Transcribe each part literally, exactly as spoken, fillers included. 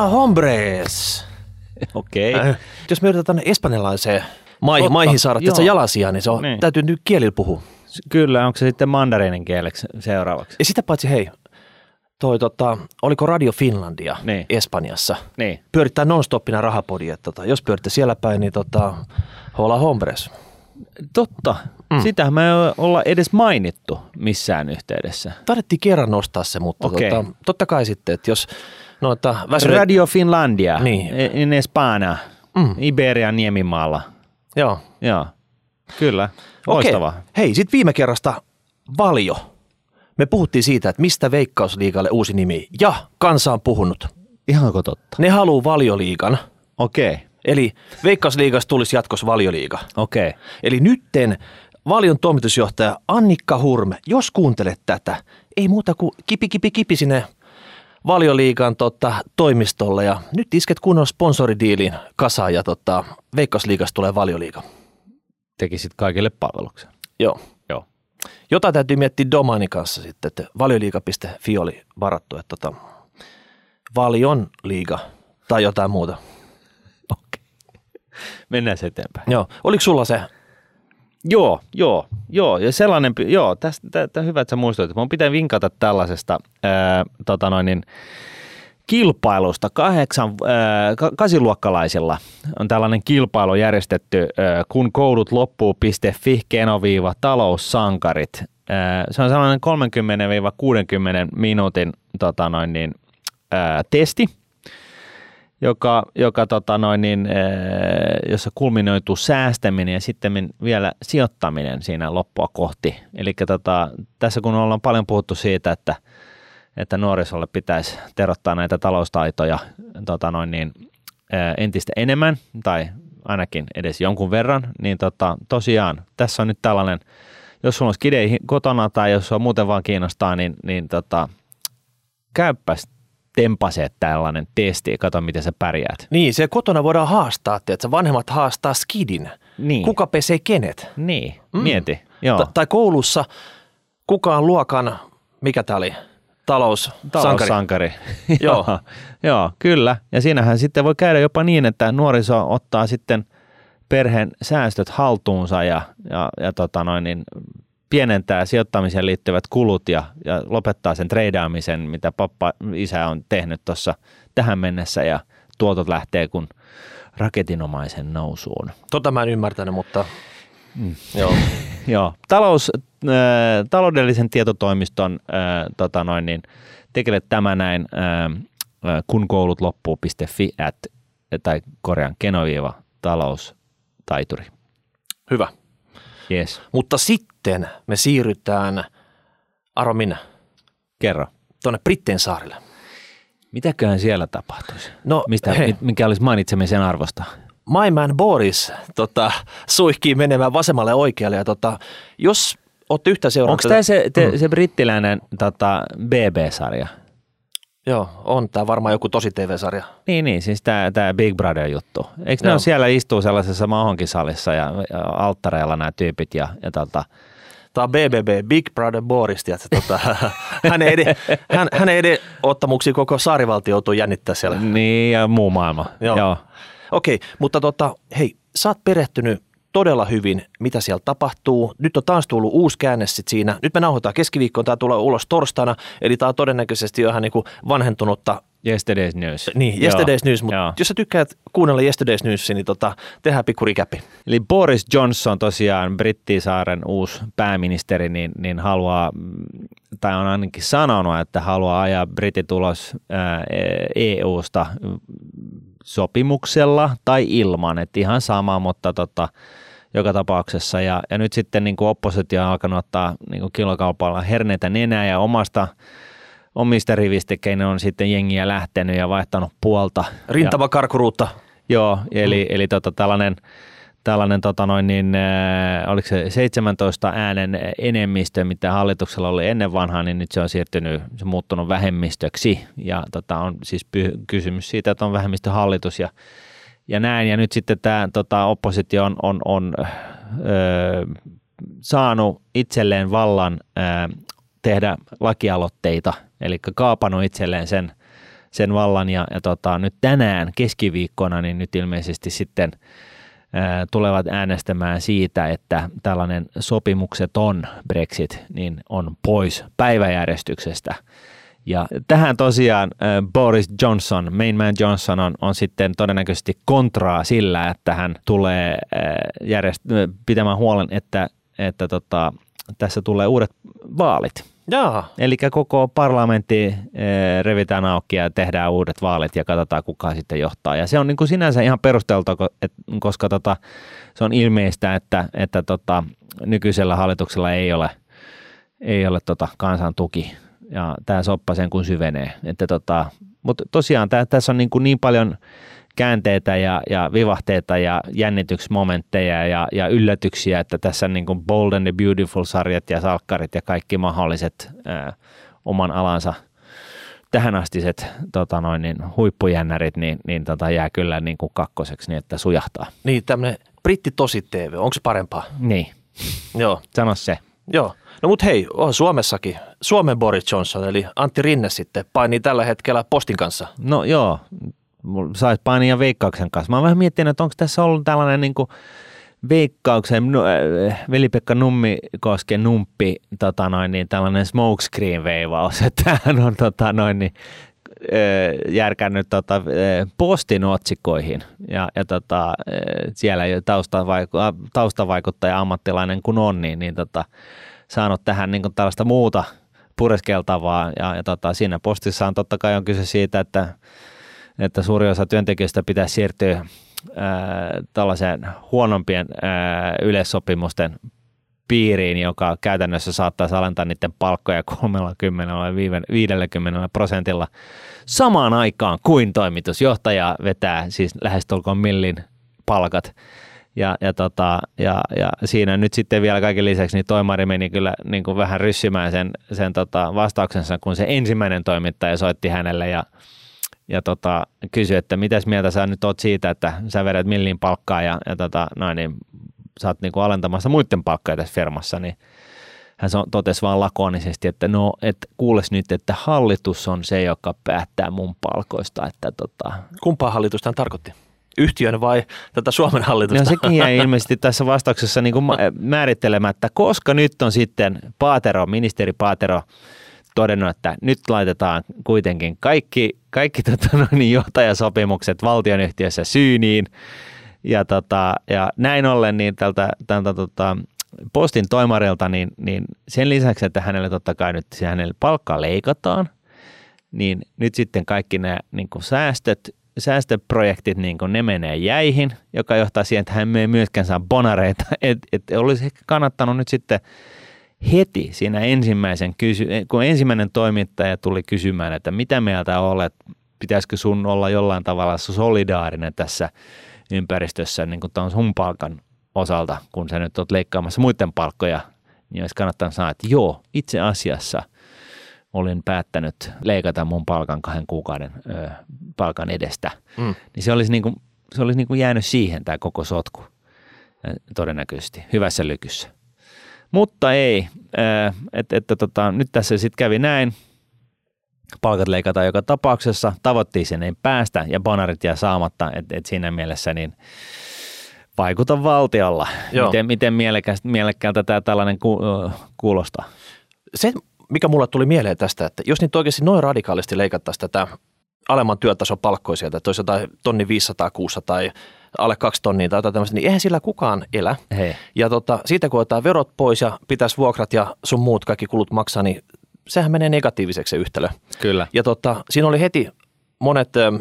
hombres! Okei. Okay. Äh, jos me yritetään espanjalaiseen maihin, maihin saada tässä jalasia, niin se on, niin. Täytyy nyt kielillä puhua. Kyllä, onko se sitten mandariinin kieleksi seuraavaksi? Ja sitä paitsi hei, toi tota, oliko Radio Finlandia niin. Espanjassa? Niin. Pyörittää non-stoppina rahapodia, tota, jos pyöritte siellä päin, niin tota, hola hombres. Totta. Mm. Sitähän me ei olla edes mainittu missään yhteydessä. Taidettiin kerran nostaa se, mutta okay. tota, totta kai sitten, että jos noita väsyneet... Radio Finlandia, niin. in Espana, mm. Iberian niemimaalla. Joo. Joo, kyllä. Loistavaa. Okay. Hei, sitten viime kerrasta Valio. Me puhuttiin siitä, että mistä Veikkausliigalle uusi nimi, ja kansa on puhunut. Ihanko totta? Ne haluaa Valioliigan. Okei. Okay. Eli Veikkausliigasta tulisi jatkossa Valioliiga. Okei. Okay. Eli nytten Valion toimitusjohtaja Annikka Hurme, jos kuuntelet tätä, ei muuta kuin kipi kipi kipi sinne Valioliigan tota, toimistolle ja nyt isket kunnon sponsoridiilin kasaan ja tota, Veikkausliigasta tulee Valioliiga. Tekisit kaikille palveluksen. Joo. Joo. Jotain täytyy miettiä domainin kanssa sitten, että valioliiga piste fi oli varattu, että tota, Valion liiga tai jotain muuta. Okei. Mennään eteenpäin. Joo. Oliko sulla se? Joo, joo, joo. Ja sellainen, joo, tästä tä, hyvä, että sä muistuit. Mun pitää vinkata tällaisesta ää, tota noin, niin, kilpailusta. Kahdeksan, ää, kasiluokkalaisilla on tällainen kilpailu järjestetty, ää, kun koulut loppuu piste fi kenoviiva taloussankarit. Ää, se on sellainen kolmekymmentä kuusikymmentä minuutin tota noin, niin, ää, testi. joka, joka tota noin, niin, jossa kulminoituu säästäminen ja sitten vielä sijoittaminen siinä loppua kohti. Eli tota, tässä kun ollaan paljon puhuttu siitä, että, että nuorisolle pitäisi terottaa näitä taloustaitoja tota noin, niin, entistä enemmän tai ainakin edes jonkun verran, niin tota, tosiaan tässä on nyt tällainen, jos sulla on skidei kotona tai jos sua muuten vaan kiinnostaa, niin, niin tota, käyppäs tempasee tällainen testi ja katso, miten sä pärjäät. Niin, se kotona voidaan haastaa, että vanhemmat haastaa skidin. Niin. Kuka pesee kenet? Niin, mm. mieti. Joo. Ta- tai koulussa kuka on luokan, mikä tää oli, taloussankari. Taloussankari. Joo. Joo, kyllä. Ja siinähän sitten voi käydä jopa niin, että nuoriso ottaa sitten perheen säästöt haltuunsa ja, ja, ja tota noin, niin pienentää sijoittamiseen liittyvät kulut ja, ja lopettaa sen treidaamisen, mitä pappa isä on tehnyt tuossa tähän mennessä ja tuotot lähtee kun raketinomaisen nousuun. Tota mä en ymmärtänyt, mutta mm. joo. joo. Talous, äh, taloudellisen tietotoimiston äh, tota noin, niin, tekele tämä näin äh, kun koulut loppuu piste fi at, tai korjaan kenoviiva taloustaituri. Hyvä. Yes. Mutta sitten me siirrytään, arvo minä, kerro, tuonne Brittein saarille. Mitäköhän siellä tapahtuisi? No, Mistä, mikä olisi mainitsemisen arvosta? My man Boris tota, suihkii menemään vasemmalle ja oikealle. Ja, tota, jos olette yhtä seurannut... Onko tämä se, te, se brittiläinen tota, B B-sarja? Joo, on tämä varmaan joku tosi T V-sarja. Niin, niin siis tämä, tämä Big Brother-juttu. Eikö ne ole siellä istuu sellaisessa mahonkin salissa ja, ja alttareilla nämä tyypit ja, ja tota... Tämä on B B B, Big Brother Boris, tiedätkö, tota, hän ei ede, hän, hän ei ede ottamuksia koko saarivaltio joutuu jännittää siellä. Niin, ja muu maailma. Joo. Joo. Okei, okay, mutta tota, hei, sä oot perehtynyt todella hyvin, mitä siellä tapahtuu. Nyt on taas tullut uusi käänne sit siinä. Nyt me nauhoitetaan keskiviikkoon, tämä tulee ulos torstaina, eli tämä on todennäköisesti jo ihan niin kuin vanhentunutta. Yesterday's News. Niin, Yesterday's News, mutta Joo. jos sä tykkäät kuunnella Yesterday's Newsia, niin tota, tehdään pikku rikäppi. Eli Boris Johnson tosiaan, Brittisaaren uusi pääministeri, niin, niin haluaa, tai on ainakin sanonut, että haluaa ajaa Britit ulos E U:sta sopimuksella tai ilman, että ihan sama, mutta tota, joka tapauksessa. Ja, ja nyt sitten niin kuin oppositio on alkanut ottaa niin kuin kilokaupalla herneitä nenää ja omasta omista rivistekeinen on sitten jengiä lähtenyt ja vaihtanut puolta. Rintamakarkuruutta. Joo, eli, mm. eli tota, tällainen, tällainen tota noin niin, äh, oliko se seitsemäntoista äänen enemmistö, mitä hallituksella oli ennen vanhaa, niin nyt se on siirtynyt, se on muuttunut vähemmistöksi. Ja tota, on siis py- kysymys siitä, että on vähemmistöhallitus ja, ja näin. Ja nyt sitten tämä tota, oppositio on, on, on öö, saanut itselleen vallan öö, tehdä lakialoitteita, eli kaapannut itselleen sen sen vallan ja, ja tota, nyt tänään keskiviikkona niin nyt ilmeisesti sitten ää, tulevat äänestämään siitä, että tällainen sopimukseton Brexit niin on pois päiväjärjestyksestä. Ja tähän tosiaan äh, Boris Johnson, Main Man Johnson on, on sitten todennäköisesti kontraa sillä, että hän tulee äh, järjest- pitämään huolen, että, että tota, tässä tulee uudet vaalit. Jaa. Eli koko parlamentti äh, revitään auki ja tehdään uudet vaalit ja katsotaan kuka sitten johtaa. Ja se on niin kuin sinänsä ihan perusteltua, koska tota, se on ilmeistä, että, että tota, nykyisellä hallituksella ei ole, ei ole tota kansan tuki. Ja tämä soppa sen kun syvenee. Että tota, mutta tosiaan tää, tässä on niin, kuin niin paljon käänteitä ja, ja vivahteita ja jännityksmomentteja ja, ja yllätyksiä, että tässä on niin kuin Bold and the Beautiful-sarjat ja salkkarit ja kaikki mahdolliset ää, oman alansa tähänastiset tota noin, niin huippujännärit niin, niin tota, jää kyllä niin kuin kakkoseksi niin, että sujahtaa. Niin, tämmöinen britti tosi T V, onko se parempaa? Niin, Joo. sano se. Joo. No mut hei, on Suomessakin. Suomen Boris Johnson, eli Antti Rinne sitten, painii tällä hetkellä Postin kanssa. No joo, saisi painia Veikkauksen kanssa. Mä oon vähän miettinyt, että onko tässä ollut tällainen niin kuin Veikkauksen, äh, Veli-Pekka Nummikosken numppi, tota noin, niin tällainen smokescreen-veivaus, että hän on tota noin, niin, äh, järkännyt tota, äh, Postin otsikoihin ja, ja tota, äh, siellä jo taustavaiku- taustavaikuttaja ammattilainen kun on, niin, niin tota, saanut tähän niin kuin tällaista muuta pureskeltavaa ja, ja tota, siinä Postissa on totta kai on kyse siitä, että, että suuri osa työntekijöistä pitäisi siirtyä ää, tällaiseen huonompien ää, yleissopimusten piiriin, joka käytännössä saattaisi alentaa niiden palkkoja kolmekymmentä viisikymmentä prosentilla samaan aikaan kuin toimitusjohtaja vetää siis lähestulkoon millin palkat. Ja, ja, tota, ja, ja siinä nyt sitten vielä kaiken lisäksi niin toimari meni kyllä niin kuin vähän ryssimään sen, sen tota vastauksensa, kun se ensimmäinen toimittaja soitti hänelle ja, ja tota, kysyi, että mitäs mieltä sä nyt oot siitä, että sä vedät millin palkkaa ja, ja tota, noin, niin sä oot niin kuin alentamassa muiden palkkoja tässä firmassa, niin hän totesi vaan lakonisesti, että no, et kuules nyt, että hallitus on se, joka päättää mun palkoista. Että tota... Kumpaa hallitusta hän tarkoitti? Yhtiön vai tätä Suomen hallitusta? No sekin jäi ilmeisesti tässä vastauksessa niin kuin määrittelemättä, koska nyt on sitten Paatero, ministeri Paatero todennut, että nyt laitetaan kuitenkin kaikki, kaikki tota, noin, johtajasopimukset valtionyhtiössä syyniin. Ja, tota, ja näin ollen niin tältä, tältä tota, Postin toimarilta, niin, niin sen lisäksi, että hänelle totta kai nyt hänelle palkkaa leikataan, niin nyt sitten kaikki nämä niin kuin säästöt, säästöprojektit, niin kuin ne menee jäihin, joka johtaa siihen, että hän ei myöskään saa bonareita. Että et olisi ehkä kannattanut nyt sitten heti siinä ensimmäisen kysy- kun ensimmäinen toimittaja tuli kysymään, että mitä mieltä olet, pitäisikö sun olla jollain tavalla solidaarinen tässä ympäristössä niin kuin tuon sun palkan osalta, kun sä nyt oot leikkaamassa muiden palkkoja, niin olisi kannattanut sanoa, että joo, itse asiassa olin päättänyt leikata mun palkan kahden kuukauden ö, palkan edestä. Mm. Niin se olisi, niin kuin, se olisi niin kuin jäänyt siihen tämä koko sotku todennäköisesti hyvässä lykyssä. Mutta ei, että et, tota, nyt tässä sitten kävi näin. Palkat leikataan joka tapauksessa, tavoitteeseen ei päästä ja bonarit jää saamatta, että et siinä mielessä niin vaikuta valtiolla. Joo. Miten, miten mielekkäältä tämä tällainen ku, kuulostaa? Se, mikä mulle tuli mieleen tästä, että jos nyt oikeasti noin radikaalisti leikattaisiin tätä alemman työtason palkkoja sieltä, että olisi jotain tonni viisisataa, kuusisataa tai alle kaksi tonnia tai jotain tämmöistä, niin eihän sillä kukaan elä. Hei. Ja tota, siitä kun otetaan verot pois ja pitäisi vuokrat ja sun muut kaikki kulut maksaa, niin sehän menee negatiiviseksi se yhtälö. Kyllä. Ja tota, siinä oli heti monet ähm,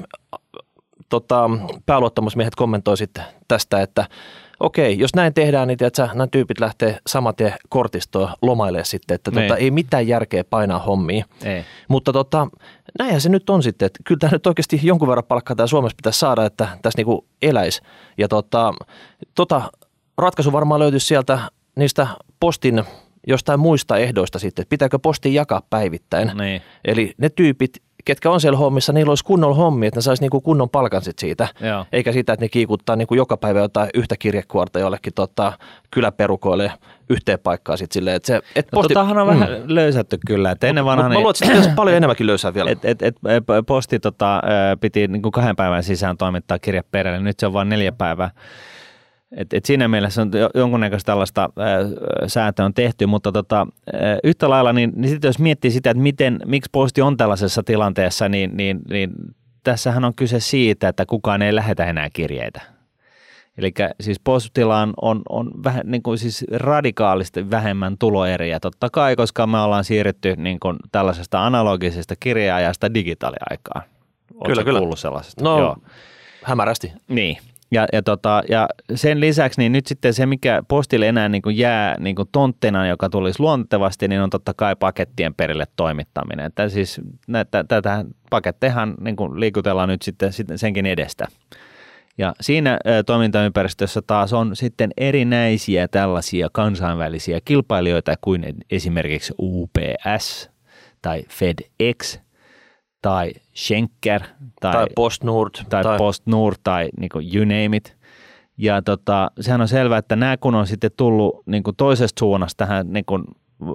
tota, pääluottamusmiehet kommentoi sitten tästä, että okei, jos näin tehdään, niin tiedätkö, nämä tyypit lähtee saman tien kortistoon lomailemaan sitten, että tota, ei mitään järkeä painaa hommia. Ei. Mutta tota, näinhän se nyt on sitten, että kyllä tämä nyt oikeasti jonkun verran palkkaa tämä Suomessa pitäisi saada, että tässä niinku eläisi. Ja tota, tota, ratkaisu varmaan löytyisi sieltä niistä Postin jostain muista ehdoista sitten, että pitääkö Postin jakaa päivittäin. Niin. Eli ne tyypit, ketkä on siellä hommissa, niillä olisi kunnon hommi, että ne saisi niinku kunnon palkan sit siitä, Joo. eikä sitä, että ne kiikuttaa niinku joka päivä jotain yhtä kirjekuorta jollekin tota, kyläperukoille yhteen paikkaan sitten silleen, että se... Et no, posti... totahan on mm. vähän löysätty kyllä, että ennen vanhaan... Mä luulen, että pitäisi paljon enemmänkin löysää vielä. Et, et, et, posti tota, piti niinku kahden päivän sisään toimittaa kirje perille, nyt se on vain neljä päivää. Et, et siinä mielessä on jonkunnäköistä tällaista ää, säätöä on tehty, mutta tota, ää, yhtä lailla, niin, niin sitten jos miettii sitä, että miten, miksi posti on tällaisessa tilanteessa, niin, niin, niin tässähän on kyse siitä, että kukaan ei lähetä enää kirjeitä. Eli siis postilla on, on, on vähän, niin kuin siis radikaalisti vähemmän tuloeriä, totta kai, koska me ollaan siirrytty niin kuin tällaisesta analogisesta kirja-ajasta digitaaliaikaan. Oletko kyllä, kyllä. kuullut sellaisesta? No, Joo. hämärästi. Niin. Ja, ja, tota, ja sen lisäksi niin nyt sitten se, mikä postille enää niin kuin jää niin kuin tonttina, joka tulisi luontevasti, niin on totta kai pakettien perille toimittaminen. Että siis näitä, tätä pakettehan niin kuin liikutellaan nyt sitten, sitten senkin edestä. Ja siinä ä, toimintaympäristössä taas on sitten erinäisiä tällaisia kansainvälisiä kilpailijoita kuin esimerkiksi U P S tai FedEx tai Schenker tai, tai PostNord tai, tai PostNord tai niin kuin you name it. Ja tota, sehän on selvää, että nämä kun on sitten tullut niin kuin toisesta suunnasta tähän niin kuin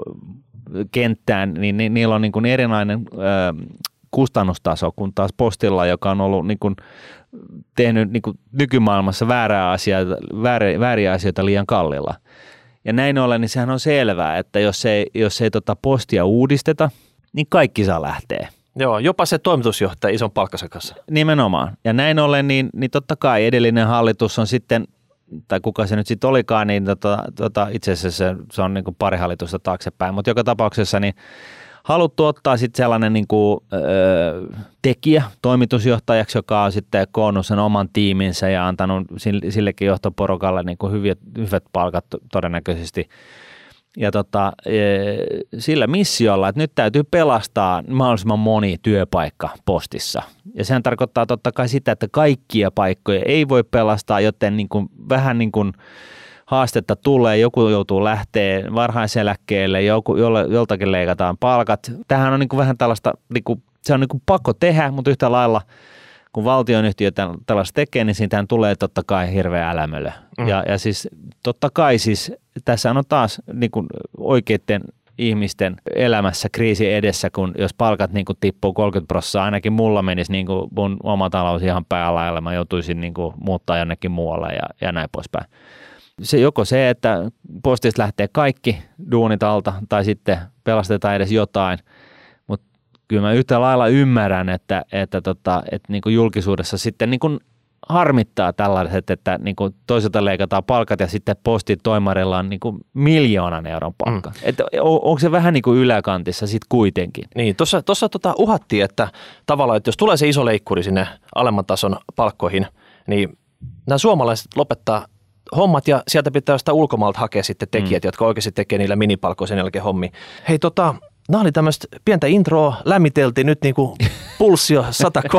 kenttään, niin ni, niillä on niin kuin erilainen ö, kustannustaso kuin taas postilla, joka on ollut niin kuin tehnyt niin kuin nykymaailmassa väärää asiaa, väär, vääriä asioita liian kallilla. Ja näin ollen, niin sehän on selvää, että jos ei, jos ei tota postia uudisteta, niin kaikki saa lähteä. Joo, jopa se toimitusjohtaja ison palkkansa kanssa. Nimenomaan. Ja näin ollen, niin, niin totta kai edellinen hallitus on sitten, tai kuka se nyt sitten olikaan, niin tota, tota, itse asiassa se, se on niin kuin pari hallitusta taaksepäin, mutta joka tapauksessa niin haluttu ottaa sitten sellainen niin kuin, öö, tekijä toimitusjohtajaksi, joka on sitten koonnut sen oman tiiminsä ja antanut sillekin johtoporukalle niin kuin hyviä, hyvät palkat todennäköisesti. Ja tota, sillä missiolla, että nyt täytyy pelastaa mahdollisimman moni työpaikka postissa. Ja sehän tarkoittaa totta kai sitä, että kaikkia paikkoja ei voi pelastaa, joten niin kuin, vähän niin kuin haastetta tulee, joku joutuu lähteä varhaiseläkkeelle, joku, joltakin leikataan palkat. Tämähän on niin kuin vähän tällaista, niin kuin, se on niin kuin pakko tehdä, mutta yhtä lailla kun valtionyhtiö tällaista tekee, niin siitähän tulee totta kai hirveä älämölö. Mm. Ja, ja siis totta kai siis tässä on taas niin kuin oikeiden ihmisten elämässä kriisi edessä, kun jos palkat niin kuin tippuu kolmekymmentä prosenttia, ainakin mulla menisi niin kuin mun oma talous ihan päälailla, mä joutuisin niin kuin muuttaa jonnekin muualle ja, ja näin poispäin. Se, joko se, että postista lähtee kaikki duunit alta tai sitten pelastetaan edes jotain, mutta kyllä mä yhtä lailla ymmärrän, että, että, tota, että niin kuin julkisuudessa sitten niin kuin harmittaa tällaiset, että niin kuin toiselta leikataan palkat ja sitten postin toimarilla on niin kuin miljoonan euron palkka. Mm. Että on, onko se vähän niin kuin yläkantissa sitten kuitenkin? Niin, tuossa tota uhattiin, että tavallaan, että jos tulee se iso leikkuri sinne alemman tason palkkoihin, niin nämä suomalaiset lopettaa hommat ja sieltä pitää sitä ulkomaalta hakea sitten tekijät, mm. jotka oikeasti tekee niillä minipalkkoja sen jälkeen hommi. Hei tota, nämä oli tämmöistä pientä introa, lämmiteltiin nyt niinku pulssi on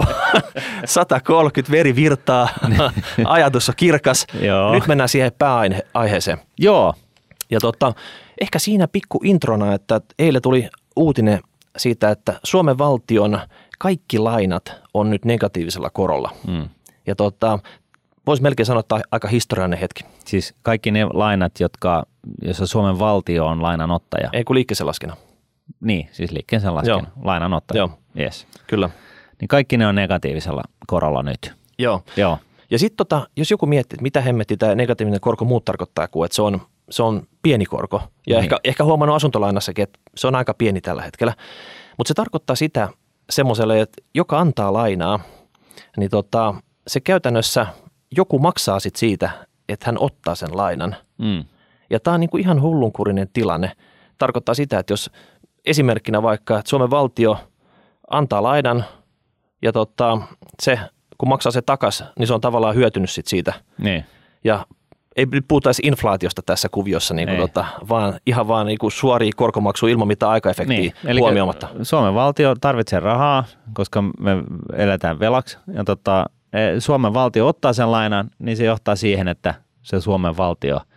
sata kolmekymmentä, veri virtaa, ajatus on kirkas. Joo. Nyt mennään siihen pääaiheeseen. Joo. Ja tota, ehkä siinä pikku introna, että eilen tuli uutinen siitä, että Suomen valtion kaikki lainat on nyt negatiivisella korolla. Mm. Ja tota, voisi melkein sanoa, että aika historiallinen hetki. Siis kaikki ne lainat, jotka, jossa Suomen valtio on lainanottaja. Ei kun liikkeeseen laskena. Niin, siis liikkeeseen laskena, lainanottaja. Joo, yes. Kyllä. Niin kaikki ne on negatiivisella korolla nyt. Joo. Joo. Ja sitten tota, jos joku miettii, että mitä hemmetti tämä negatiivinen korko muut tarkoittaa, kun että se on, se on pieni korko. Ja niin. ehkä, ehkä huomannut asuntolainassakin, että se on aika pieni tällä hetkellä. Mutta se tarkoittaa sitä semmoiselle, että joka antaa lainaa, niin tota, se käytännössä joku maksaa sit siitä, että hän ottaa sen lainan. Mm. Ja tämä on niinku ihan hullunkurinen tilanne. Tarkoittaa sitä, että jos esimerkkinä vaikka, että Suomen valtio antaa lainan ja tota, se, kun maksaa se takaisin, niin se on tavallaan hyötynyt sit siitä. Niin. Ja ei puhuta edes inflaatiosta tässä kuviossa, niin kuin tota, vaan ihan vaan niin kuin suoria korkomaksuja ilman mitään aikaefektiä niin. huomioimatta. Suomen valtio tarvitsee rahaa, koska me eletään velaksi ja tota, Suomen valtio ottaa sen lainan, niin se johtaa siihen, että se Suomen valtio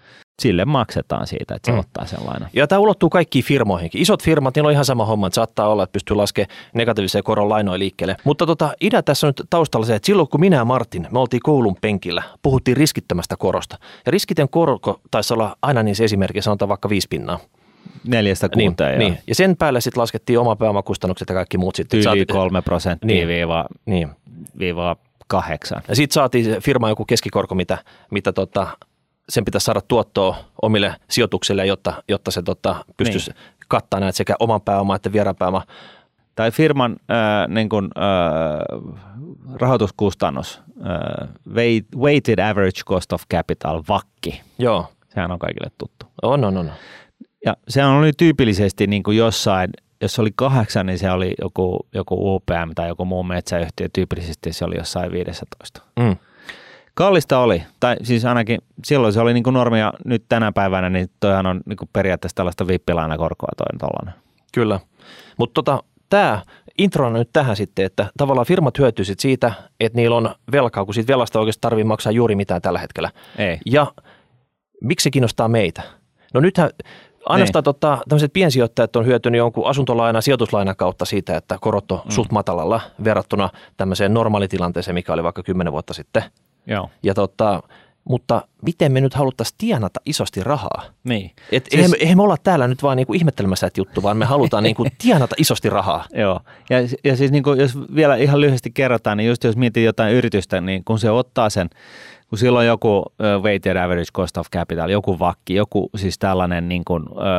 sille maksetaan siitä, että se Mm. ottaa sen lainan. Ja tämä ulottuu kaikkiin firmoihinkin. Isot firmat, niillä on ihan sama homma, että saattaa olla, että pystyy laskemaan negatiivisen koron lainoja liikkeelle. Mutta tota, idea tässä on nyt taustalla se, että silloin kun minä ja Martin, me oltiin koulun penkillä, puhuttiin riskittömästä korosta. Ja riskitön korko taisi olla aina niissä esimerkiksi, sanotaan vaikka viisi pinnaa. Neljästä Niin, kuuteen. niin. Ja sen päälle sitten laskettiin oma pääomakustannukset ja kaikki muut. Sitten Yli saatiin, kolme prosenttia Niin. viiva, niin. viiva kahdeksan. Ja sitten saatiin firma joku keskikorko, mitä, mitä tota, sen pitäisi saada tuottoa omille sijoituksille, jotta, jotta se tota, pystyisi niin. kattaa näitä sekä oman pääoman että vieraan pääoman. Tai firman äh, niin kuin, äh, rahoituskustannus, äh, weighted average cost of capital, vakki. Joo. Sehän on kaikille tuttu. On, on, on. Ja se oli tyypillisesti niin kuin jossain, jos oli kahdeksan, niin se oli joku, joku U P M tai joku muu metsäyhtiö, tyypillisesti se oli jossain viisitoista. Mm. Kallista oli, tai siis ainakin silloin se oli niin kuin normia, nyt tänä päivänä, niin toihan on niin kuin periaatteessa tällaista vippilainakorkoa toi tollainen. Kyllä, mutta tota, tämä intro on nyt tähän sitten, että tavallaan firmat hyötyisivät siitä, että niillä on velkaa, kun siitä velasta oikeasti tarvii maksaa juuri mitään tällä hetkellä. Ei. Ja miksi se kiinnostaa meitä? No nythän ainoastaan tota, tämmöiset piensijoittajat on hyötynyt jonkun asuntolaina, sijoituslainan kautta siitä, että korot on mm. suht matalalla verrattuna tämmöiseen normaalitilanteeseen, mikä oli vaikka kymmenen vuotta sitten. Joo. Ja tota, mutta miten me nyt haluttaisiin tienata isosti rahaa? Niin. Et Siis- eihän, eihän me olla täällä nyt vaan niinku ihmettelemässä että juttu, vaan me halutaan niinku tienata isosti rahaa. Joo, ja, ja siis niin kuin, jos vielä ihan lyhyesti kerrotaan, niin just jos mietit jotain yritystä, niin kun se ottaa sen, kun sillä on joku uh, weighted average cost of capital, joku vakki, joku siis tällainen niin kuin, uh,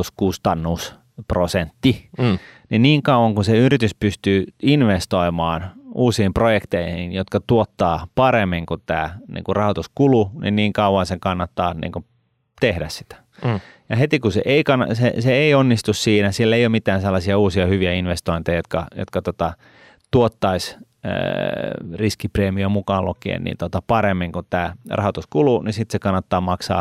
rahoituskustannusprosentti, mm. niin niin kauan kun se yritys pystyy investoimaan uusiin projekteihin, jotka tuottaa paremmin kuin tämä niin kuin rahoituskulu, niin niin kauan sen kannattaa niin kuin tehdä sitä. Mm. Ja heti kun se ei, kann- se, se ei onnistu siinä, siellä ei ole mitään sellaisia uusia hyviä investointeja, jotka, jotka tota, tuottaisi ää, riskipreemio mukaan lukien niin tota, paremmin kuin tämä rahoituskulu, niin sitten se kannattaa maksaa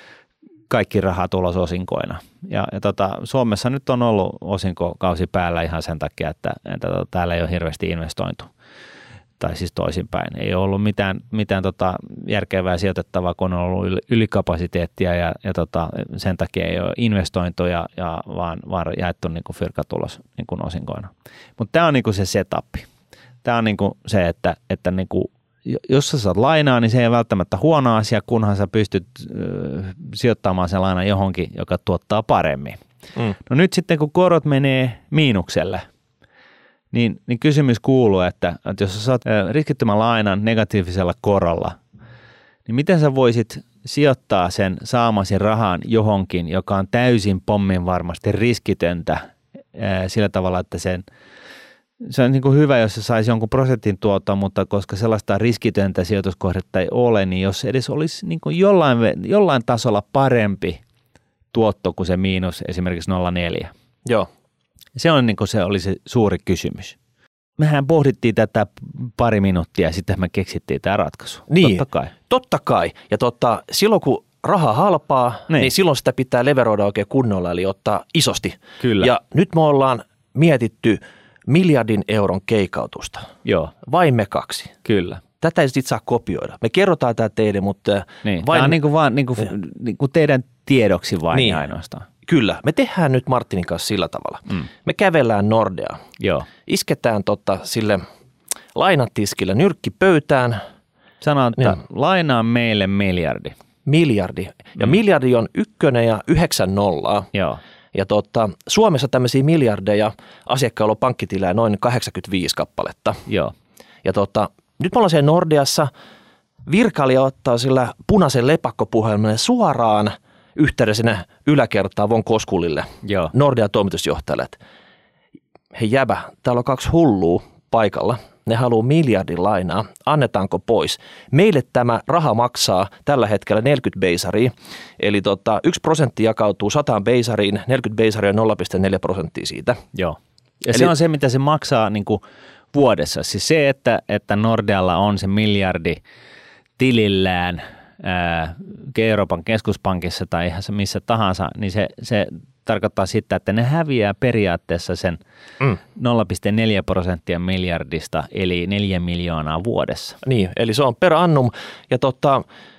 kaikki rahat ulos osinkoina. Ja, ja tota, Suomessa nyt on ollut osinkokausi päällä ihan sen takia, että, että tota, täällä ei ole hirveästi investointu. Tai siis toisinpäin. Ei ole ollut mitään, mitään tota järkevää sijoitettavaa, kun on ollut ylikapasiteettia ja, ja tota, sen takia ei ole investointoja, ja vaan, vaan jaettu niin kuin fyrkatulos niin kuin osinkoina. Mutta tämä on niin kuin se setup. Tämä on niin kuin se, että, että niin kuin, jos sä saat lainaa, niin se ei ole välttämättä huono asia, kunhan sä pystyt äh, sijoittamaan sen lainan johonkin, joka tuottaa paremmin. Mm. No nyt sitten, kun korot menee miinukselle, Niin, niin kysymys kuuluu, että, että jos sä saat riskittömän lainan negatiivisella korolla, niin miten sä voisit sijoittaa sen saamasi rahan johonkin, joka on täysin pommin varmasti riskitöntä ää, sillä tavalla, että sen, se on niin kuin hyvä, jos se saisi jonkun prosentin tuottoa, mutta koska sellaista riskitöntä sijoituskohdetta ei ole, niin jos edes olisi niin kuin jollain, jollain tasolla parempi tuotto kuin se miinus esimerkiksi nolla pilkku neljä. Joo. Se on niin kuin se oli se suuri kysymys. Mehän pohdittiin tätä pari minuuttia ja sitten me keksittiin tämä ratkaisu. Niin, totta kai. Totta kai. Ja totta, silloin kun raha halpaa, niin. niin silloin sitä pitää leveroida oikein kunnolla, eli ottaa isosti. Kyllä. Ja nyt me ollaan mietitty miljardin euron keikautusta. Joo. Vain me kaksi. Kyllä. Tätä ei sitten saa kopioida. Me kerrotaan tämä teille, mutta niin. vain... Tämä on niin kuin vaan niin kuin, niin kuin teidän tiedoksi vain niin. ainoastaan. Kyllä. Me tehdään nyt Martinin kanssa sillä tavalla. Mm. Me kävellään Nordeaan. Joo. Isketään tota sille lainatiskille nyrkki pöytään. Sanotaan, että niin. lainaa meille miljardi. Miljardi. Ja mm. miljardi on ykkönen ja yhdeksän nollaa. Joo. Ja tota, Suomessa tämmöisiä miljardeja asiakkailla on pankkitilejä noin kahdeksankymmentäviisi kappaletta. Joo. Ja tota, nyt me ollaan siellä Nordeassa. Virkailija ottaa sillä punaisen lepakkopuhelimen suoraan yhteyden sinne yläkertaan Von Koskulille, Joo. Nordean toimitusjohtajalle. Hei jäbä, täällä on kaksi hullua paikalla. Ne haluaa miljardin lainaa. Annetaanko pois? Meille tämä raha maksaa tällä hetkellä neljäkymmentä beisaria. Eli tota, yksi prosentti jakautuu sataan beisariin. neljäkymmentä beisaria on nolla pilkku neljä prosenttia siitä. Joo. Ja Eli, se on se, mitä se maksaa niin kuin vuodessa. Siis se, että, että Nordealla on se miljardi tilillään ää, Euroopan keskuspankissa tai ihan se missä tahansa, niin se, se tarkoittaa sitä, että ne häviää periaatteessa sen mm. nolla pilkku neljä prosenttia miljardista, eli neljä miljoonaa vuodessa. Niin, eli se on per annum. Ja tota,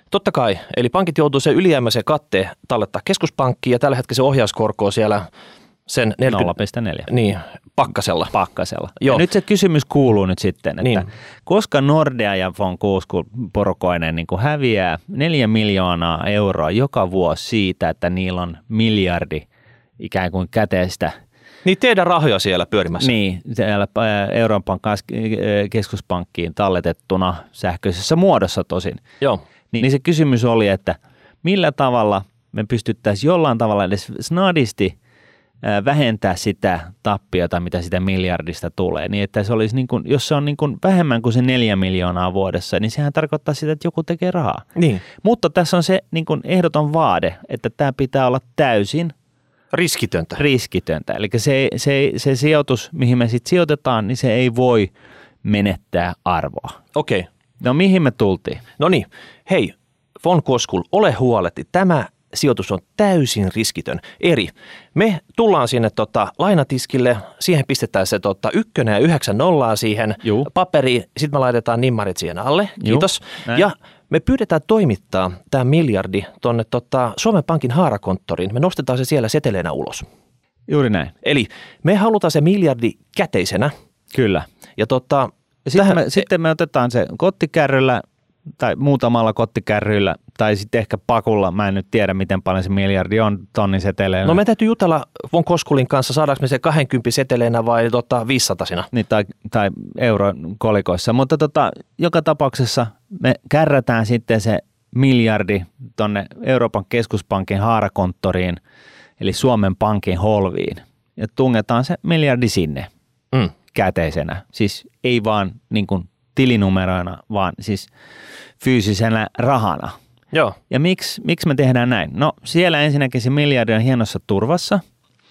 Totta kai, eli pankit joutuu sen ylijäämäisen katteen tallettaa keskuspankkiin ja tällä hetkellä se ohjauskorko on siellä sen neljäkymmentä, nolla pilkku neljä. Niin, pakkasella. Pakkasella. Joo. Ja nyt se kysymys kuuluu nyt sitten, että niin. koska Nordea ja von Koskull porukoinen niin kuin häviää neljä miljoonaa euroa joka vuosi siitä, että niillä on miljardi ikään kuin käteistä. Niin teidän rahoja siellä pyörimässä. Niin, siellä Euroopan keskuspankkiin talletettuna sähköisessä muodossa tosin. Joo. Niin, niin se kysymys oli, että millä tavalla me pystyttäisiin jollain tavalla edes snadisti vähentää sitä tappiota, mitä sitä miljardista tulee. Niin että se olisi niin kuin, jos se on niin kuin vähemmän kuin se neljä miljoonaa vuodessa, niin sehän tarkoittaa sitä, että joku tekee rahaa. Niin. Mutta tässä on se niin kuin ehdoton vaade, että tämä pitää olla täysin riskitöntä. riskitöntä. Eli se, se, se sijoitus, mihin me sitten sijoitetaan, niin se ei voi menettää arvoa. Okei. Okay. No mihin me tultiin? No niin, hei, von Koskull, ole huoletti. Tämä sijoitus on täysin riskitön. Eri. Me tullaan sinne tota, lainatiskille, siihen pistetään se tota, ykkönen ja yhdeksän nollaa siihen Juu. paperiin, sitten me laitetaan nimmarit siihen alle, kiitos. Juu, ja me pyydetään toimittaa tämä miljardi tuonne tota, Suomen Pankin haarakonttoriin. Me nostetaan se siellä seteleenä ulos. Juuri näin. Eli me halutaan se miljardi käteisenä. Kyllä. Ja tota, ja sitten, tähän, me, sitten me otetaan se kottikärryllä tai muutamalla kottikärryillä tai sitten ehkä pakulla. Mä en nyt tiedä, miten paljon se miljardi on tonnin seteleillä. No me täytyy jutella von Koskullin kanssa, saadaanko me se kaksikymmentä seteleinä vai tota viisisatasina. Niin, tai, tai eurokolikoissa. Mutta tota, joka tapauksessa me kärrätään sitten se miljardi tonne Euroopan keskuspankin haarakonttoriin, eli Suomen Pankin holviin. Ja tungetaan se miljardi sinne mm. käteisenä. Siis ei vaan niin kuin tilinumeroina, vaan siis fyysisenä rahana. Joo. Ja miksi, miksi me tehdään näin? No siellä ensinnäkin se miljardi on hienossa turvassa,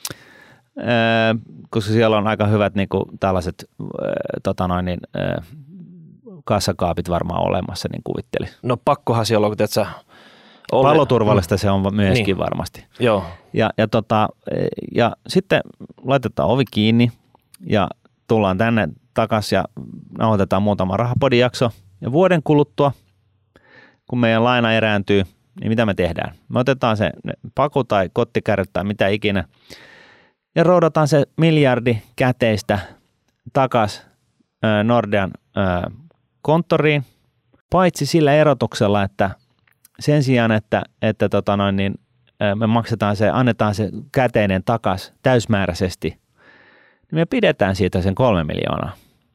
öö, koska siellä on aika hyvät niin kuin tällaiset öö, tota noin, niin, öö, kassakaapit varmaan olemassa, niin kuvittelin. No pakkohan siellä on, kun teet sä... Palloturvallista se on myöskin niin. varmasti. Joo. Ja, ja, tota, ja sitten laitetaan ovi kiinni ja tullaan tänne takaisin ja nauhoitetaan muutama rahapodijakso. Ja vuoden kuluttua, kun meidän laina erääntyy, niin mitä me tehdään? Me otetaan se paku tai kottikärryt tai mitä ikinä ja roudataan se miljardi käteistä takaisin Nordean konttoriin, paitsi sillä erotuksella, että sen sijaan, että, että tota noin, niin me maksetaan se, annetaan se käteinen takaisin täysmääräisesti, niin me pidetään siitä sen kolme miljoonaa.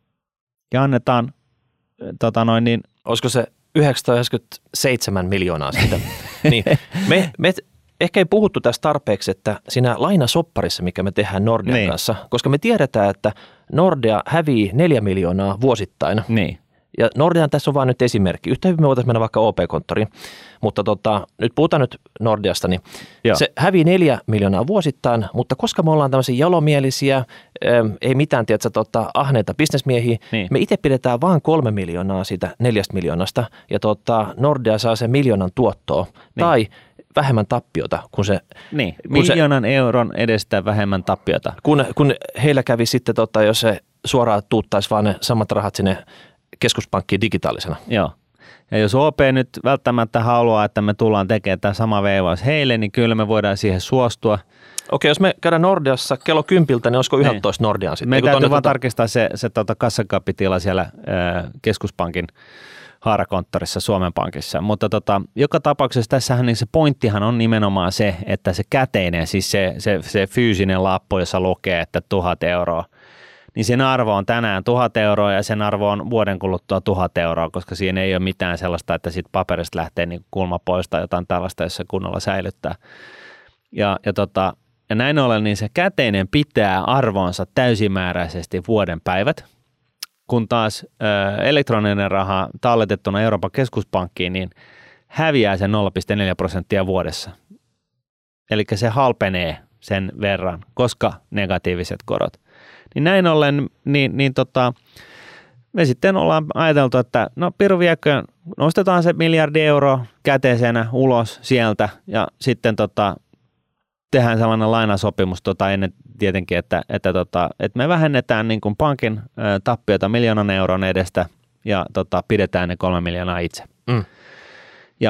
Ja annetaan, tota noin niin... Olisiko se yhdeksänsataayhdeksänkymmentäseitsemän miljoonaa siitä? niin, me, me ehkä ei puhuttu tästä tarpeeksi, että siinä lainasopparissa, mikä me tehdään Nordean niin. kanssa, koska me tiedetään, että Nordea hävii neljä miljoonaa vuosittain. Niin. Ja Nordean tässä on vain nyt esimerkki. Yhtä hyvin me voitaisiin mennä vaikka O P-konttoriin, mutta tota, nyt puhutaan nyt Nordeasta, niin Joo. se hävii neljä miljoonaa vuosittain, mutta koska me ollaan tämmöisiä jalomielisiä, ää, ei mitään tiedätkö, tota, ahneita bisnesmiehiä, niin. me itse pidetään vain kolme miljoonaa siitä neljästä miljoonasta, ja tota, Nordea saa sen miljoonan tuottoa, niin. tai vähemmän tappiota, kun se... Niin, miljoonan se, euron edestä vähemmän tappiota. Kun, kun heillä kävi sitten, tota, jos se suoraan tuuttaisi vaan ne samat rahat sinne keskuspankkiin digitaalisena. Joo. Ja jos O P nyt välttämättä haluaa, että me tullaan tekemään tämä sama veivaus heille, niin kyllä me voidaan siihen suostua. Okei, jos me käydään Nordeassa kello kympiltä, niin olisiko yksitoista niin. Nordean sitten? Me täytyy vaan tuota... tarkistaa se, se tuota kassakaapitila siellä äh, keskuspankin haarakonttorissa Suomen Pankissa. Mutta tota, joka tapauksessa tässähän niin se pointtihan on nimenomaan se, että se käteinen, siis se, se, se fyysinen lappu, jossa lukee, että tuhat euroa, niin sen arvo on tänään tuhat euroa ja sen arvo on vuoden kuluttua tuhat euroa, koska siinä ei ole mitään sellaista, että siitä paperista lähtee niin kulma pois tai jotain tällaista, jos se kunnolla säilyttää. Ja, ja, tota, ja näin ollen niin se käteinen pitää arvonsa täysimääräisesti vuoden päivät, kun taas ö, elektroninen raha talletettuna Euroopan keskuspankkiin, niin häviää sen nolla pilkku neljä prosenttia vuodessa. Eli se halpenee sen verran, koska negatiiviset korot. Niin näin ollen, niin, niin tota, me sitten ollaan ajateltu, että no piru viekö, nostetaan se miljardi euroa käteisenä ulos sieltä ja sitten tota, tehdään sellainen lainasopimus tota, ennen tietenkin, että, että, tota, että me vähennetään niin kuin pankin ä, tappiota miljoonan euron edestä ja tota, pidetään ne kolme miljoonaa itse. Mm. Ja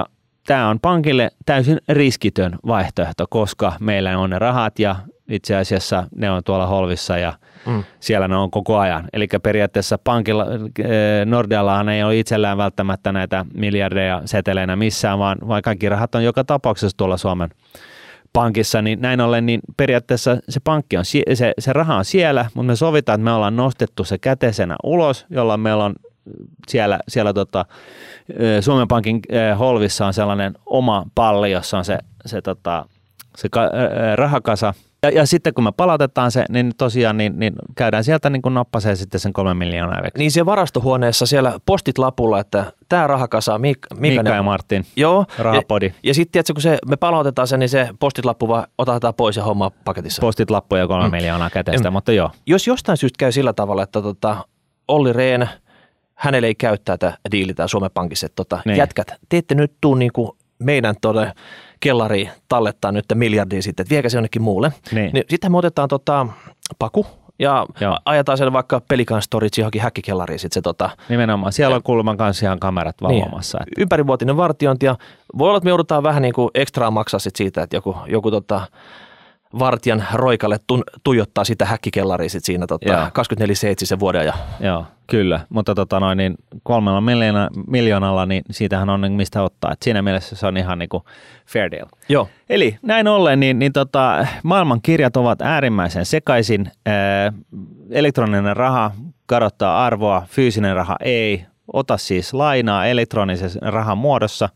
tämä on pankille täysin riskitön vaihtoehto, koska meillä on ne rahat ja itse asiassa ne on tuolla holvissa ja mm. siellä ne on koko ajan. Eli periaatteessa pankilla, Nordeallahan ei ole itsellään välttämättä näitä miljardeja seteleinä missään, vaan, vaan kaikki rahat on joka tapauksessa tuolla Suomen pankissa, niin näin ollen niin periaatteessa se pankki on, se, se raha on siellä, mutta me sovitaan, että me ollaan nostettu se käteisenä ulos, jolla meillä on siellä, siellä tota, Suomen Pankin holvissa on sellainen oma palli, jossa on se, se, tota, se ka, rahakasa. Ja, ja sitten kun me palautetaan se, niin tosiaan niin, niin käydään sieltä niin kuin nappaseen sitten sen kolme miljoonaa veksi. Niin siellä varastohuoneessa siellä postit lapulla, että tämä rahakasa, Miikka, Miikka ne, ja Martin, joo, rahapodi. Ja, ja sitten tiedätkö, kun se, me palautetaan se, niin se postit lappu vaan otetaan pois ja hommaa paketissa. Postit lappu ja kolme mm. miljoonaa käteistä, mm. mutta joo. Jos jostain syystä käy sillä tavalla, että tota, Olli Rehn, hänelle ei käyttää tätä diiliä Suomen Pankissa, että tota, niin. jätkät, te ette nyt tuu niin kuin meidän tuonne kellariin tallettaa nyt miljardia sitten, että viekää se jonnekin muulle. Niin. Niin sitten me otetaan tota, paku ja Joo. ajetaan sen vaikka Pelican Storage johonkin häkkikellariin. Sit se, tota, nimenomaan, siellä on kuulemma kanssa ihan kamerat valvomassa. Niin. Ympärivuotinen vartiointi ja voi olla, että me joudutaan vähän niin kuin ekstraa maksaa sit siitä, että joku, joku tota, vartijan roikalle tun, tuijottaa sitä häkkikellariin sit siinä tota, kaksikymmentäneljä seitsemän vuoden ajan. Joo, kyllä, mutta tota noin, niin kolmella miljoona, miljoonalla, niin siitähän on mistä ottaa. Et siinä mielessä se on ihan niin kuin fair deal. Joo. Eli näin ollen, niin, niin tota, maailman kirjat ovat äärimmäisen sekaisin. Ää, elektroninen raha kadottaa arvoa, fyysinen raha ei. Ota siis lainaa elektronisen rahan muodossa.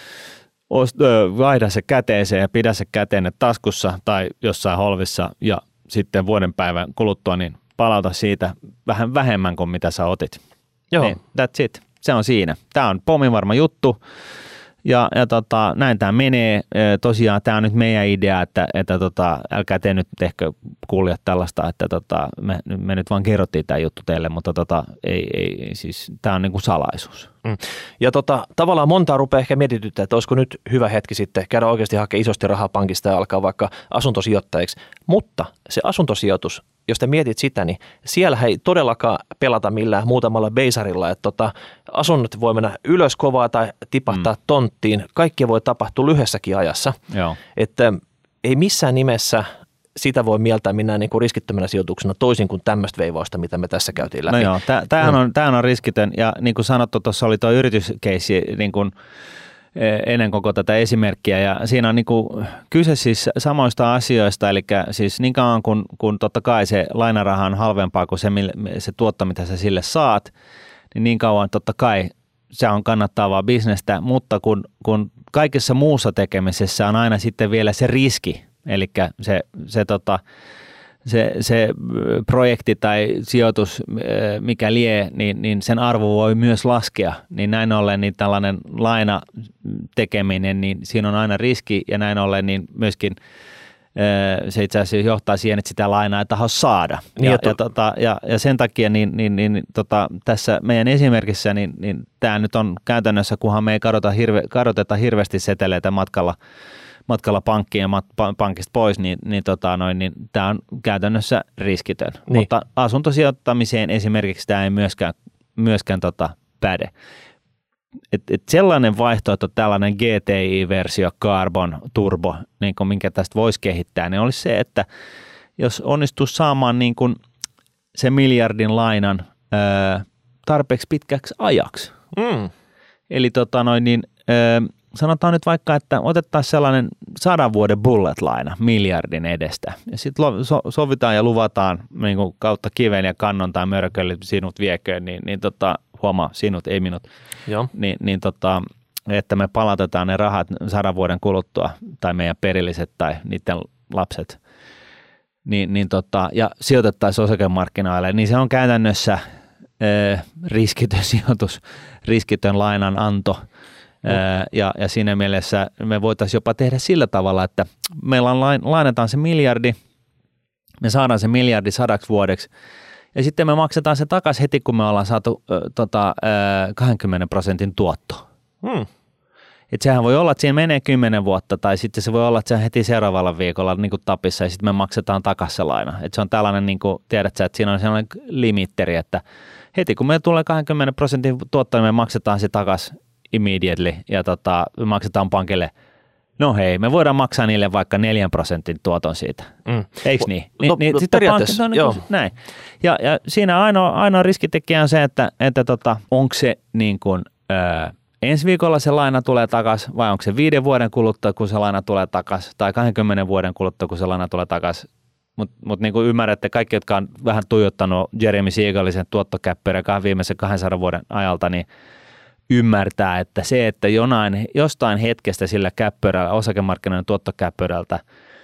Vaihda se käteeseen ja pidä se käteenne taskussa tai jossain holvissa ja sitten vuoden päivän kuluttua niin palauta siitä vähän vähemmän kuin mitä sä otit. Joo. Niin, that's it. Se on siinä. Tämä on pomminvarma juttu ja, ja tota, näin tämä menee. E, tosiaan tämä on nyt meidän idea, että, että tota, älkää te nyt tehkö kuulijat tällaista, että tota, me, me nyt vaan kerrottiin tämä juttu teille, mutta tota, ei, ei, siis tämä on niin kuin salaisuus. Mm. Ja tota, tavallaan montaa rupeaa ehkä mietityttää, että olisiko nyt hyvä hetki sitten käydä oikeasti hakea isosti rahaa pankista ja alkaa vaikka asuntosijoittajiksi, mutta se asuntosijoitus, jos te mietit sitä, niin siellä ei todellakaan pelata millään muutamalla beisarilla, että tota, asunnot voi mennä ylös kovaa tai tipahtaa mm. tonttiin, kaikki voi tapahtua lyhyessäkin ajassa, Joo. että ei missään nimessä sitä voi mieltää minä niin kuin riskittömänä sijoituksena toisin kuin tämmöistä veivausta, mitä me tässä käytiin läpi. No joo, tämähän on, tämähän on riskitön ja niin kuin sanottu, tuossa oli tuo yrityskeissi niin kuin ennen koko tätä esimerkkiä ja siinä on niin kuin kyse siis samoista asioista, eli siis niin kauan kun, kun totta kai se lainaraha on halvempaa kuin se, se tuotto, mitä sä sille saat, niin niin kauan totta kai se on kannattavaa bisnestä, mutta kun, kun kaikessa muussa tekemisessä on aina sitten vielä se riski, eli se, se, tota, se, se projekti tai sijoitus, mikä lie, niin, niin sen arvo voi myös laskea. Niin näin ollen niin tällainen laina tekeminen, niin siinä on aina riski ja näin ollen niin myöskin se itse asiassa johtaa siihen, että sitä lainaa ei taho saada. Niin ja, ja, tota, ja, ja sen takia niin, niin, niin, tota, tässä meidän esimerkissä niin, niin tämä nyt on käytännössä, kunhan me ei kadota hirve, kadoteta hirveästi seteleitä matkalla, matkalla pankkiin ja mat, pankista pois, niin, niin, tota, noin, niin tämä on käytännössä riskitön. Niin. Mutta asuntosijoittamiseen esimerkiksi tämä ei myöskään, myöskään tota, päde. Et, et sellainen vaihtoehto, tällainen G T I-versio, Carbon Turbo, niin kuin minkä tästä voisi kehittää, niin olisi se, että jos onnistuisi saamaan niin kuin se miljardin lainan ää, tarpeeksi pitkäksi ajaksi. Mm. Eli tota noin, niin, ää, sanotaan nyt vaikka, että otettaisiin sellainen sadan vuoden bullet-laina miljardin edestä. Ja sitten so, sovitaan ja luvataan niin kuin kautta kiven ja kannon tai mörkölle sinut vieköön, niin, niin tota, huomaa sinut, ei minut. Joo. Niin, niin tota, että me palautetaan ne rahat sadan vuoden kuluttua, tai meidän perilliset tai niiden lapset, niin, niin tota, ja sijoitettaisiin osakemarkkinoille, niin se on käytännössä ö, riskitön sijoitus, riskitön lainananto. No. Ja, ja siinä mielessä me voitaisiin jopa tehdä sillä tavalla, että meillä on lain, lainataan se miljardi, me saadaan se miljardi sadaksi vuodeksi, ja sitten me maksetaan se takaisin heti, kun me ollaan saatu ö, tota, ö, kaksikymmentä prosentin tuotto. Hmm. Et sehän voi olla, että siinä menee kymmenen vuotta, tai sitten se voi olla, että se on heti seuraavalla viikolla niin kuin tapissa, ja sitten me maksetaan takaisin se laina. Et se on tällainen, niin kuin tiedät sä, että siinä on sellainen limitteri, että heti kun me tulee kaksikymmentä prosentin tuotto, niin me maksetaan se takaisin, immediately ja tota, maksetaan pankille, no hei, me voidaan maksaa niille vaikka neljän prosentin tuoton siitä. Mm. Eikö niin? Ni, no, niin no, sitten periaatteessa, pankki, no, niin, näin. Ja, ja siinä ainoa, ainoa riskitekijä on se, että, että tota, onko se niin kuin, ö, ensi viikolla se laina tulee takaisin vai onko se viiden vuoden kuluttua, kun se laina tulee takaisin tai kaksikymmentä vuoden kuluttua, kun se laina tulee takaisin. Mutta mut niin kuin ymmärrätte, kaikki, jotka on vähän tuijottanut Jeremy Siegelisen tuottokäppyrä viimeisen kahdensadan vuoden ajalta, niin ymmärtää, että se, että jonain, jostain hetkestä sillä käppyrällä, osakemarkkinoiden tuottokäppyrältä,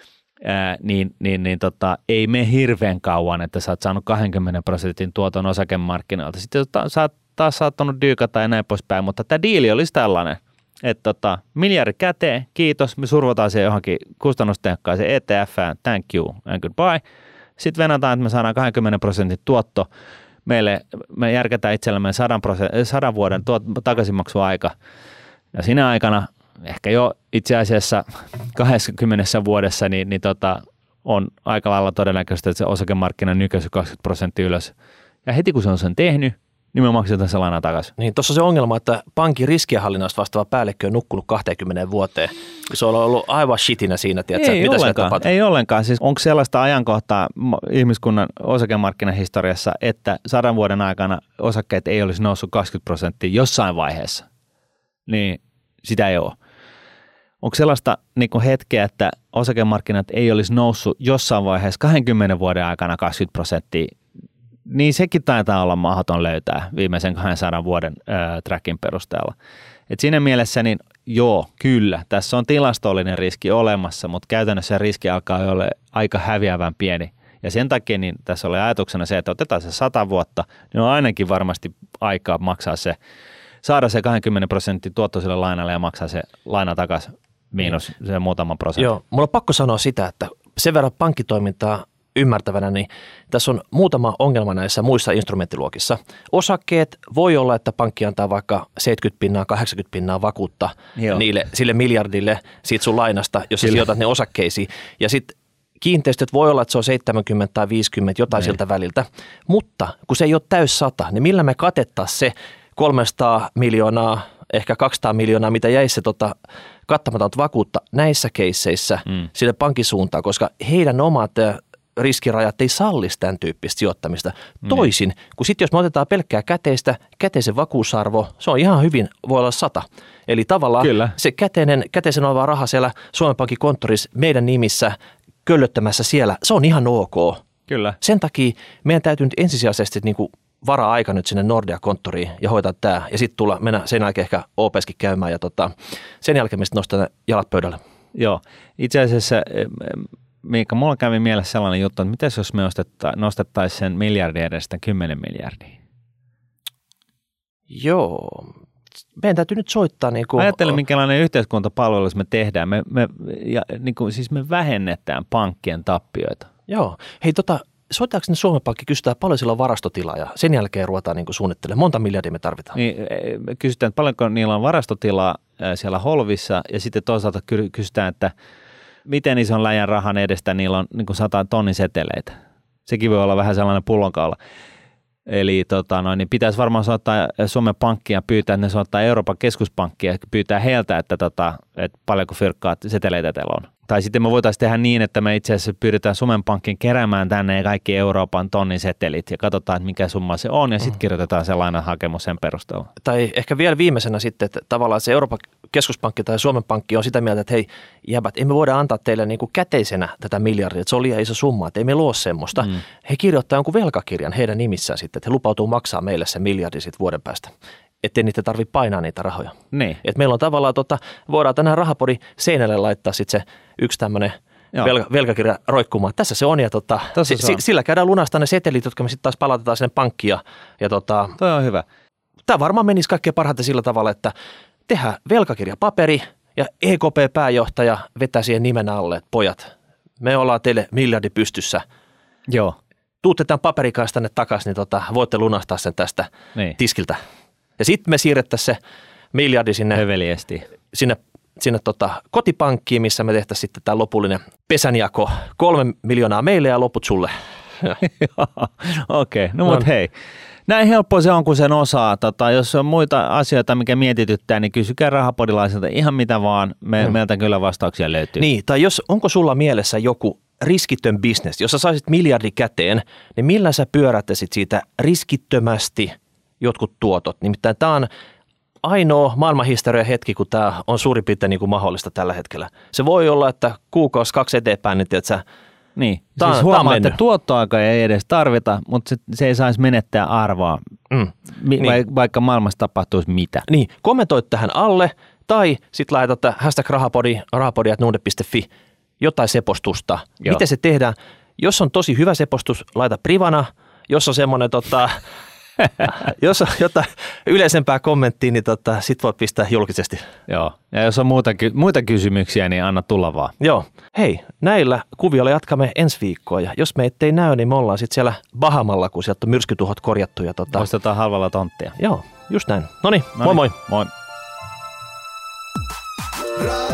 ää, niin, niin, niin tota, ei mene hirveän kauan, että sä oot saanut kaksikymmentä prosentin tuoton osakemarkkinoilta. Sitten sä oot taas saattanut dyykata ja näin poispäin, mutta tämä diili olisi tällainen, että tota, miljardi käteen, kiitos, me survotaan se johonkin kustannustehokkaaseen E T F:ään, thank you and goodbye. Sitten venataan, että me saadaan kaksikymmentä prosentin tuotto. Meille, me järkätään itsellemme sadan vuoden tuot, takaisinmaksuaika. Ja siinä aikana, ehkä jo itse asiassa kaksikymmentä vuodessa, niin, niin tota, on aika lailla todennäköistä, että se osakemarkkinan nykyisen kaksikymmentä prosenttia ylös. Ja heti kun se on sen tehnyt, niin me maksetaan se laina takaisin. Niin, tuossa on se ongelma, että pankin riskienhallinnasta vastaava päällikkö on nukkunut kaksikymmentä vuoteen. Se on ollut aivan shitinä siinä, tiedätkö, ei mitä ollenkaan, ei ollenkaan. Siis onko sellaista ajankohtaa ihmiskunnan osakemarkkinahistoriassa, että sadan vuoden aikana osakkeet ei olisi noussut kaksikymmentä prosenttia jossain vaiheessa? Niin sitä ei ole. Onko sellaista niin kuin hetkeä, että osakemarkkinat ei olisi noussut jossain vaiheessa kaksikymmentä vuoden aikana kaksikymmentä prosenttia? Niin sekin taitaa olla mahdoton löytää viimeisen kahdensadan vuoden ää, trackin perusteella. Et siinä mielessä niin joo, kyllä, tässä on tilastollinen riski olemassa, mutta käytännössä riski alkaa olla aika häviävän pieni. Ja sen takia niin tässä oli ajatuksena se, että otetaan se sata vuotta, niin on ainakin varmasti aikaa maksaa se, saada se kaksikymmentä prosenttia tuotto sille lainalle ja maksaa se laina takaisin miinus se muutaman prosentin. Joo, mulla on pakko sanoa sitä, että sen verran pankkitoimintaa ymmärtävänä, niin tässä on muutama ongelma näissä muissa instrumenttiluokissa. Osakkeet voi olla, että pankki antaa vaikka seitsemänkymmentä pinnaa, kahdeksankymmentä pinnaa vakuutta niille, sille miljardille siitä sun lainasta, jos sä sijoitat ne osakkeisiin. Ja sitten kiinteistöt voi olla, että se on seitsemänkymmentä tai viisikymmentä, jotain siltä väliltä. Mutta kun se ei ole täys sata, niin millä me katettaisiin se kolmesataa miljoonaa, ehkä kaksisataa miljoonaa, mitä jäisi se tota, kattamatonta vakuutta näissä keisseissä mm. sille pankisuuntaan, koska heidän omat riskirajat ei sallisi tämän tyyppistä sijoittamista. Toisin, kun sitten jos me otetaan pelkkää käteistä, käteisen vakuusarvo, se on ihan hyvin, voi olla sata. Eli tavallaan Kyllä. se käteinen, käteisen oleva raha siellä Suomen Pankin konttorissa meidän nimissä köllöttämässä siellä, se on ihan ok. Kyllä. Sen takia meidän täytyy nyt ensisijaisesti niin kuin varaa aika nyt sinne Nordea-konttoriin ja hoitaa tämä. Ja sitten tulla, mennä sen jälkeen ehkä O P:skin käymään ja tota, sen jälkeen me sitten nostaa jalat pöydälle. Joo, itse asiassa Miikka, mulla kävi mielessä sellainen juttu, että mitäs jos me nostettaisiin sen miljardin edestä kymmenen miljardia? Joo, meidän täytyy nyt soittaa. Niin kuin Ajattele, minkälainen yhteiskuntapalvelus me tehdään. Me, me, ja, niin kuin, siis me vähennetään pankkien tappioita. Joo, hei tota, soittaako ne Suomen Pankki, kysytään paljon sillä on varastotilaa ja sen jälkeen ruvetaan niin kuin suunnittelemaan. Monta miljardia me tarvitaan? Niin, me kysytään, että paljonko niillä on varastotilaa siellä Holvissa ja sitten toisaalta kysytään, että miten ison läjän rahan edestä niillä on niin kuin sata tonnin seteleitä. Sekin voi olla vähän sellainen pullonkaula. Eli tota, noin, niin pitäisi varmaan soittaa Suomen Pankkia ja pyytää, että ne soittaa Euroopan keskuspankkia ja pyytää heiltä, että, tota, että paljonko fyrkkaa seteleitä teillä on. Tai sitten me voitaisiin tehdä niin, että me itse asiassa pyydetään Suomen Pankin keräämään tänne kaikki Euroopan tonnin setelit ja katsotaan, että mikä summa se on ja sitten mm. kirjoitetaan se lainahakemus sen perusteella. Tai ehkä vielä viimeisenä sitten, että tavallaan se Euroopan keskuspankki tai Suomen Pankki on sitä mieltä, että hei jäbät, emme voida antaa teille niin kuin käteisenä tätä miljardia, että se on liian iso summa, että ei meillä ole semmoista. Mm. He kirjoittaa jonkun velkakirjan heidän nimissään sitten, että he lupautuu maksaa meille se miljardi sitten vuoden päästä. Ettei niitä tarvitse painaa niitä rahoja. Niin. Et meillä on tavallaan, tota, voidaan tänään rahapodin seinälle laittaa sitten se yksi tämmöinen velka, velkakirja roikkumaan. Tässä se on ja tota, se, se on. Sillä käydään lunastaa ne setelit, jotka me sitten taas palautetaan sinne pankkiin. Ja, ja tota, toi on hyvä. Tämä varmaan menisi kaikkein parhaiten sillä tavalla, että tehdään velkakirjapaperi ja E K P-pääjohtaja vetää siihen nimen alle, että pojat, me ollaan teille miljardi pystyssä. Joo. Tuutte tämän paperin kanssa tänne takaisin, niin tota, voitte lunastaa sen tästä niin. tiskiltä. Ja sitten me siirrettäisiin se miljardi sinne, sinne, sinne tota kotipankkiin, missä me tehtäisiin sitten tämä lopullinen pesänjako. Kolme miljoonaa meille ja loput sulle. Okei, okay. no, no mutta hei. Näin helppoa se on, kun sen osaa. Tota, jos on muita asioita, mikä mietityttää, niin kysykää rahapodilaisilta ihan mitä vaan. Me, mm. Meiltä kyllä vastauksia löytyy. Niin, tai jos, onko sulla mielessä joku riskitön bisnes, jos sä saisit miljardi käteen, niin millä sä pyörättäisit siitä riskittömästi jotkut tuotot? Nimittäin tämä on ainoa maailmanhistorian hetki, kun tämä on suurin piirtein niin kuin mahdollista tällä hetkellä. Se voi olla, että kuukausi kaksi eteenpäin, niin tiedätkö, niin, tää, siis huomaa, että tuottoaika ei edes tarvita, mutta se, se ei saisi menettää arvoa, mm. Mi- niin. vaikka maailmassa tapahtuisi mitä. Niin, kommentoit tähän alle tai sitten laitat hashtag rahapodi, rahapodi at nuude piste fi, jotain sepostusta. Joo. Miten se tehdään? Jos on tosi hyvä sepostus, laita privana. Jos on semmoinen, tota, jos on jotain yleisempää kommenttia, niin tota, sit voit pistää julkisesti. Joo, ja jos on muuta, muita kysymyksiä, niin anna tulla vaan. Joo. Hei, näillä kuvioilla jatkamme ensi viikkoa. Ja jos meitä ei näy, niin me ollaan sitten siellä Bahamalla, kun sieltä on myrskytuhot korjattu. Ja tota... Ostetaan halvalla tonttia. Joo, just näin. Noniin, moi moi. Moi.